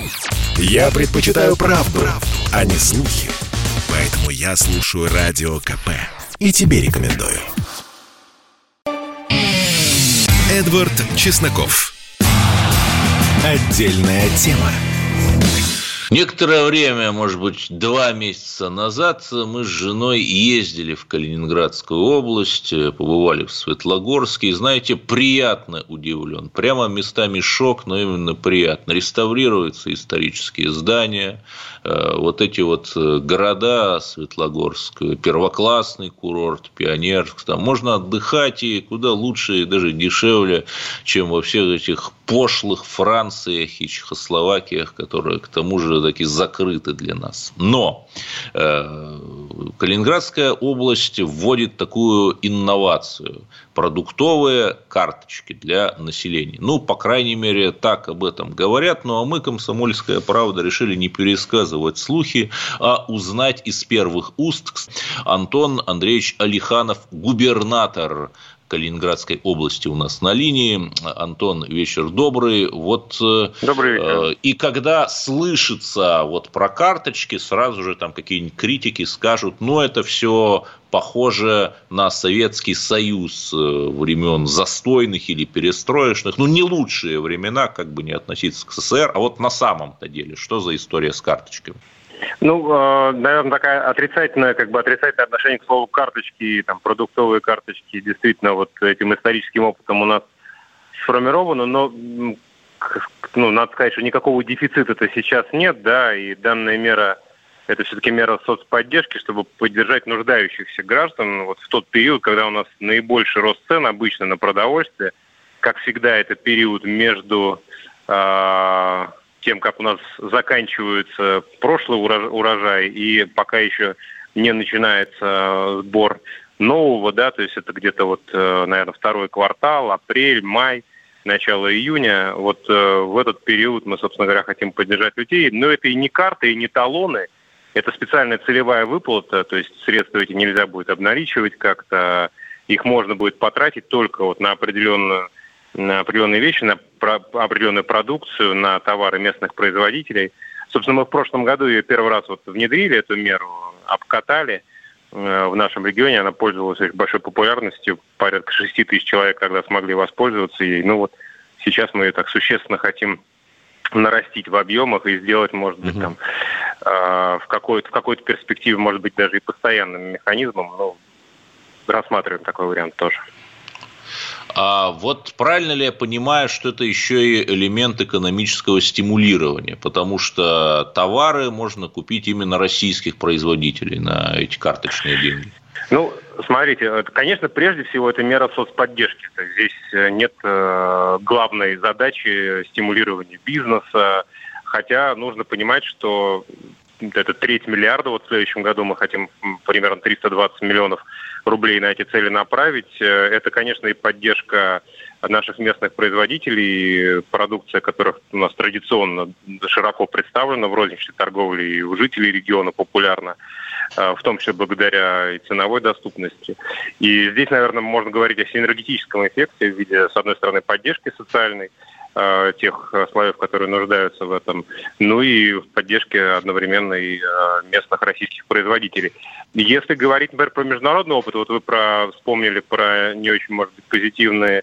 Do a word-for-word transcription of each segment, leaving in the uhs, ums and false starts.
Я предпочитаю правду, правду, а не слухи. Поэтому я слушаю Радио КП. И тебе рекомендую. Эдвард Чесноков. Отдельная тема. Некоторое время, может быть, два месяца назад, мы с женой ездили в Калининградскую область, побывали в Светлогорске, и, знаете, приятно удивлен. Прямо местами шок, но именно приятно. Реставрируются исторические здания, вот эти вот города, Светлогорск, первоклассный курорт, Пионерск, там можно отдыхать и куда лучше и даже дешевле, чем во всех этих пошлых Франциях и Чехословакиях, которые, к тому же, таки закрыты для нас. Но э, Калининградская область вводит такую инновацию – продуктовые карточки для населения. Ну, по крайней мере, так об этом говорят. Ну, а мы, «Комсомольская правда», решили не пересказывать слухи, а узнать из первых уст. Антон Андреевич Алиханов, губернатор Калининградской области, у нас на линии. Антон, вечер добрый. Вот, добрый вечер. Э, и когда слышится вот про карточки, сразу же там какие-нибудь критики скажут, ну, это все похоже на Советский Союз времен застойных или перестроечных. Ну, не лучшие времена, как бы не относиться к СССР. А вот на самом-то деле, что за история с карточками? Ну, э, наверное, такая отрицательная, как бы отрицательное отношение к слову карточки, там, продуктовые карточки, действительно, вот этим историческим опытом у нас сформировано, но, ну, надо сказать, что никакого дефицита-то сейчас нет, да, и данная мера, это все-таки мера соцподдержки, чтобы поддержать нуждающихся граждан вот в тот период, когда у нас наибольший рост цен обычно на продовольствие. Как всегда, это период между э, тем, как у нас заканчивается прошлый урожай, и пока еще не начинается сбор нового, да, то есть это где-то вот, наверное, второй квартал, апрель, май, начало июня. Вот в этот период мы, собственно говоря, хотим поддержать людей. Но это и не карты, и не талоны, это специальная целевая выплата, то есть средства эти нельзя будет обналичивать как-то, их можно будет потратить только вот на определенную на определенные вещи, на про- определенную продукцию, на товары местных производителей. Собственно, мы в прошлом году ее первый раз вот внедрили, эту меру, обкатали э, в нашем регионе. Она пользовалась очень большой популярностью. Порядка шесть тысяч человек тогда смогли воспользоваться ей. Ну вот сейчас мы ее так существенно хотим нарастить в объемах и сделать, может быть, mm-hmm. там э, в, какой-то, в какой-то перспективе, может быть, даже и постоянным механизмом. Ну, рассматриваем такой вариант тоже. А вот правильно ли я понимаю, что это еще и элемент экономического стимулирования? Потому что товары можно купить именно российских производителей на эти карточные деньги. Ну, смотрите, конечно, прежде всего это мера соцподдержки. Здесь нет главной задачи стимулирования бизнеса, хотя нужно понимать, что это треть миллиарда, вот в следующем году мы хотим примерно триста двадцать миллионов рублей на эти цели направить. Это, конечно, и поддержка наших местных производителей, продукция которых у нас традиционно широко представлена в розничной торговле и у жителей региона популярна, в том числе благодаря и ценовой доступности. И здесь, наверное, можно говорить о синергетическом эффекте в виде, с одной стороны, поддержки социальной, тех слоев, которые нуждаются в этом, ну и в поддержке одновременно и местных российских производителей. Если говорить, например, про международный опыт, вот вы про, вспомнили про не очень, может быть, позитивные,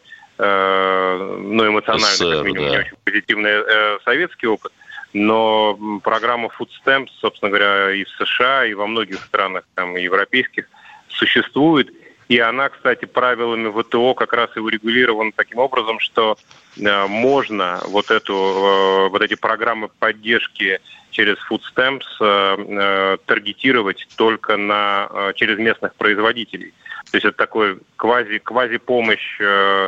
э, но эмоционально, СССР, как минимум, да. не очень позитивный э, советский опыт, но программа Food Stamps, собственно говоря, и в США, и во многих странах там, европейских существует. И она, кстати, правилами ВТО как раз и урегулирована таким образом, что э, можно вот, эту, э, вот эти программы поддержки через Food Stamps э, э, таргетировать только на, э, через местных производителей. То есть это такой квази, квази-помощь э,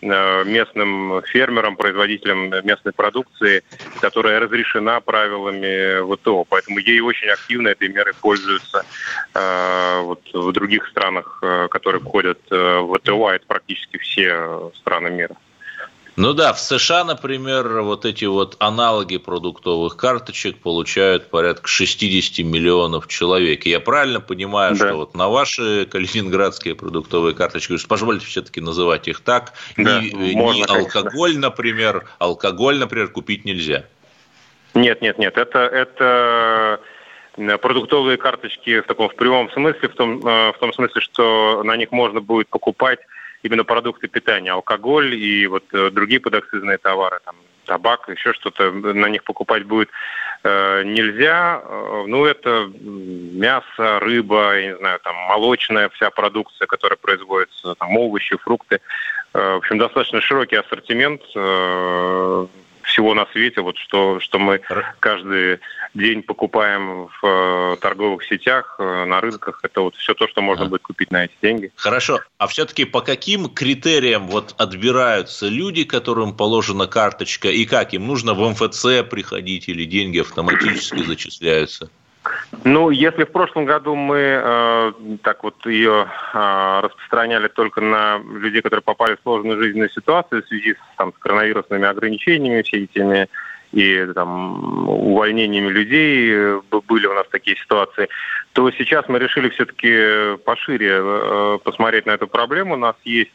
местным фермерам, производителям местной продукции, которая разрешена правилами ВТО. Поэтому ей очень активно этой мерой пользуются э, вот, в других странах, э, которые входят э, в ВТО, а это практически все страны мира. Ну да, в США, например, вот эти вот аналоги продуктовых карточек получают порядка шестьдесят миллионов человек. И я правильно понимаю, да. что вот на ваши калининградские продуктовые карточки, позвольте все-таки называть их так, да, ни, можно, ни алкоголь, например, алкоголь, например, купить нельзя. Нет, нет, нет. Это, это продуктовые карточки в таком в прямом смысле, в том, в том смысле, что на них можно будет покупать именно продукты питания, алкоголь и вот другие подакцизные товары, там, табак, еще что-то на них покупать будет э, нельзя. Ну, это мясо, рыба, я не знаю, там, молочная вся продукция, которая производится, там, овощи, фрукты. Э, в общем, достаточно широкий ассортимент э, всего на свете, вот что, что мы каждый день покупаем в э, торговых сетях, э, на рынках. Это вот все то, что можно а. будет купить на эти деньги. Хорошо. А все-таки по каким критериям вот отбираются люди, которым положена карточка, и как им нужно в эм эф цэ приходить или деньги автоматически зачисляются? Ну, если в прошлом году мы э, так вот ее э, распространяли только на людей, которые попали в сложную жизненную ситуацию в связи с, там, с коронавирусными ограничениями, все этими и там, увольнениями людей, были у нас такие ситуации, то сейчас мы решили все-таки пошире э, посмотреть на эту проблему. У нас есть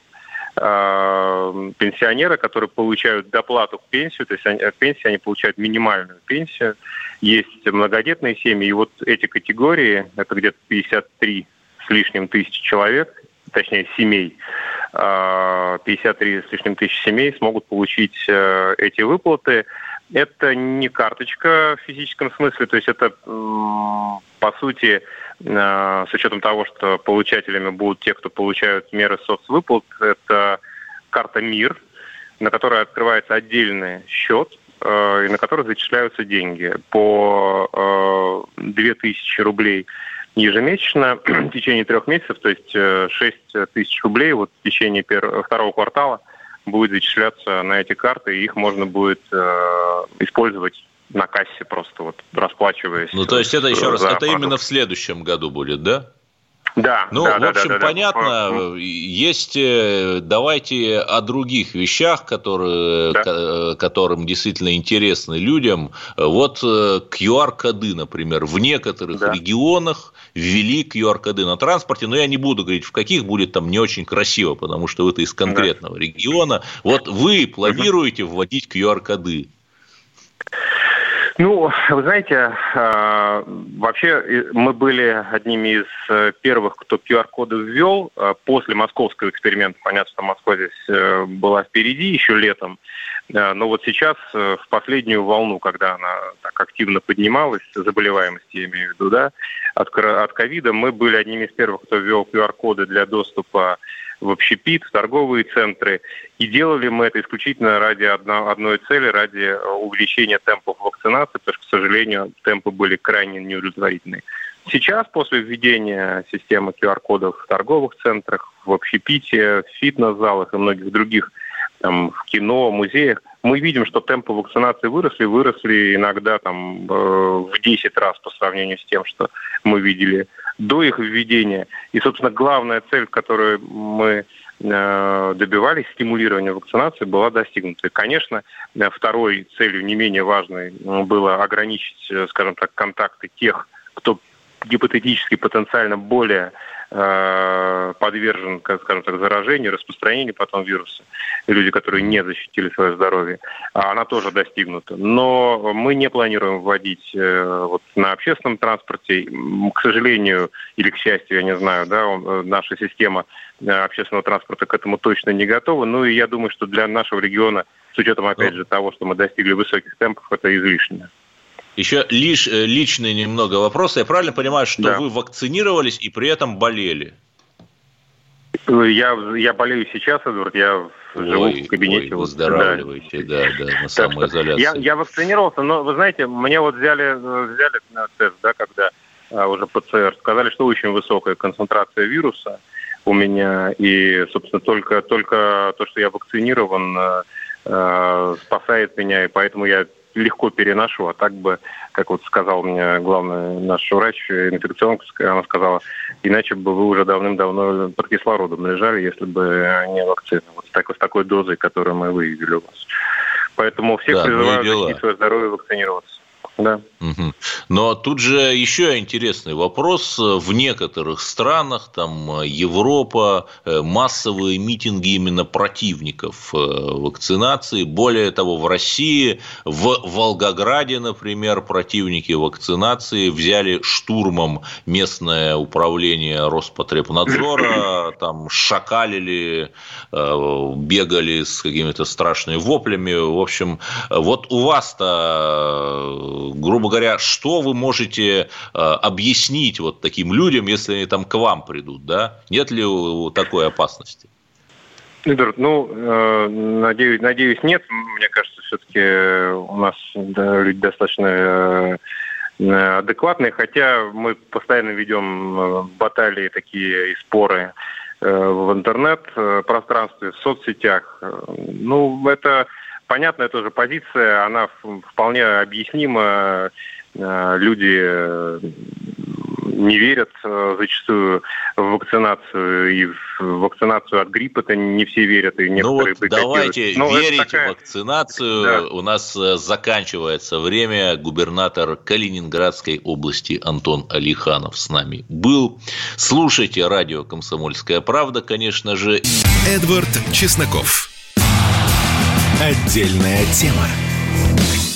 э, пенсионеры, которые получают доплату к пенсию, то есть они, к пенсии они получают минимальную пенсию. Есть многодетные семьи, и вот эти категории, это где-то пятьдесят три с лишним тысяч человек, точнее семей, пятьдесят три с лишним тысяч семей смогут получить эти выплаты. Это не карточка в физическом смысле, то есть это, по сути, с учетом того, что получателями будут те, кто получают меры соцвыплат, это карта МИР, на которой открывается отдельный счет, и на который зачисляются деньги по две тысячи рублей ежемесячно в течение трех месяцев, то есть шесть тысяч рублей вот в течение первого, второго квартала будет зачисляться на эти карты, и их можно будет э, использовать на кассе просто вот расплачиваясь. Ну, то есть это еще раз, это именно в следующем году будет, да? Да. Ну, да, в общем, да, да, понятно. Да. Есть, давайте о других вещах, которые, да. которым действительно интересны людям. Вот ку ар-коды, например, в некоторых да. регионах ввели ку ар-коды на транспорте, но я не буду говорить, в каких будет там не очень красиво, потому что это из конкретного да. региона. Вот вы планируете угу. вводить ку ар-коды? Ну, вы знаете, вообще мы были одними из первых, кто ку ар-коды ввел после московского эксперимента. Понятно, что Москва здесь была впереди еще летом. Но вот сейчас, в последнюю волну, когда она так активно поднималась, заболеваемость, я имею в виду, да, от ковида, мы были одними из первых, кто ввел ку ар-коды для доступа в общепит, в торговые центры. И делали мы это исключительно ради одно, одной цели, ради увеличения темпов вакцинации, потому что, к сожалению, темпы были крайне неудовлетворительные. Сейчас, после введения системы ку ар-кодов в торговых центрах, в общепите, в фитнес-залах и многих других, там, в кино, музеях, мы видим, что темпы вакцинации выросли, выросли иногда там, в десять раз по сравнению с тем, что мы видели до их введения. И, собственно, главная цель, которую мы добивались, стимулирования вакцинации, была достигнута. И, конечно, второй целью, не менее важной, было ограничить, скажем так, контакты тех, кто гипотетически потенциально более э, подвержен, скажем так, заражению, распространению потом вируса. Люди, которые не защитили свое здоровье. А она тоже достигнута. Но мы не планируем вводить э, вот, на общественном транспорте. К сожалению, или к счастью, я не знаю, да, наша система общественного транспорта к этому точно не готова. Ну и я думаю, что для нашего региона, с учетом, опять же, того, что мы достигли высоких темпов, это излишне. Еще лишь, личные немного вопросы. Я правильно понимаю, что да. вы вакцинировались и при этом болели? Я, я болею сейчас, Эдвард, я ой, живу в кабинете. Ой, выздоравливаете, да, да, да, на самоизоляции. Я, я вакцинировался, но, вы знаете, мне вот взяли, взяли на тест, да, когда а, уже ПЦР, сказали, что очень высокая концентрация вируса у меня, и, собственно, только, только то, что я вакцинирован, а, спасает меня, и поэтому я легко переношу, а так бы, как вот сказал мне главный наш врач, инфекционка, она сказала, иначе бы вы уже давным-давно под кислородом лежали, если бы не вакцина. Вот с такой, с такой дозой, которую мы выявили у вас. Поэтому всех да, призываю защитить свое здоровье и вакцинироваться. Да. Угу. Но тут же еще интересный вопрос. В некоторых странах, там Европа, массовые митинги именно противников вакцинации. Более того, в России, в Волгограде, например, противники вакцинации взяли штурмом местное управление Роспотребнадзора, там шакалили, бегали с какими-то страшными воплями. В общем, вот у вас-то, грубо говоря, что вы можете э, объяснить вот таким людям, если они там к вам придут, да? Нет ли такой опасности? Эдуард, ну, э, надеюсь, надеюсь, нет. Мне кажется, все-таки у нас да, люди достаточно э, адекватные, хотя мы постоянно ведем баталии такие и споры э, в интернет-пространстве, в соцсетях. Ну, это... Понятная тоже позиция, она вполне объяснима. Люди не верят зачастую в вакцинацию, и в вакцинацию от гриппа-то не все верят. И некоторые ну вот давайте Но верить такая... в вакцинацию. Да. У нас заканчивается время. Губернатор Калининградской области Антон Алиханов с нами был. Слушайте радио «Комсомольская правда», конечно же. Эдвард Чесноков. Отдельная тема.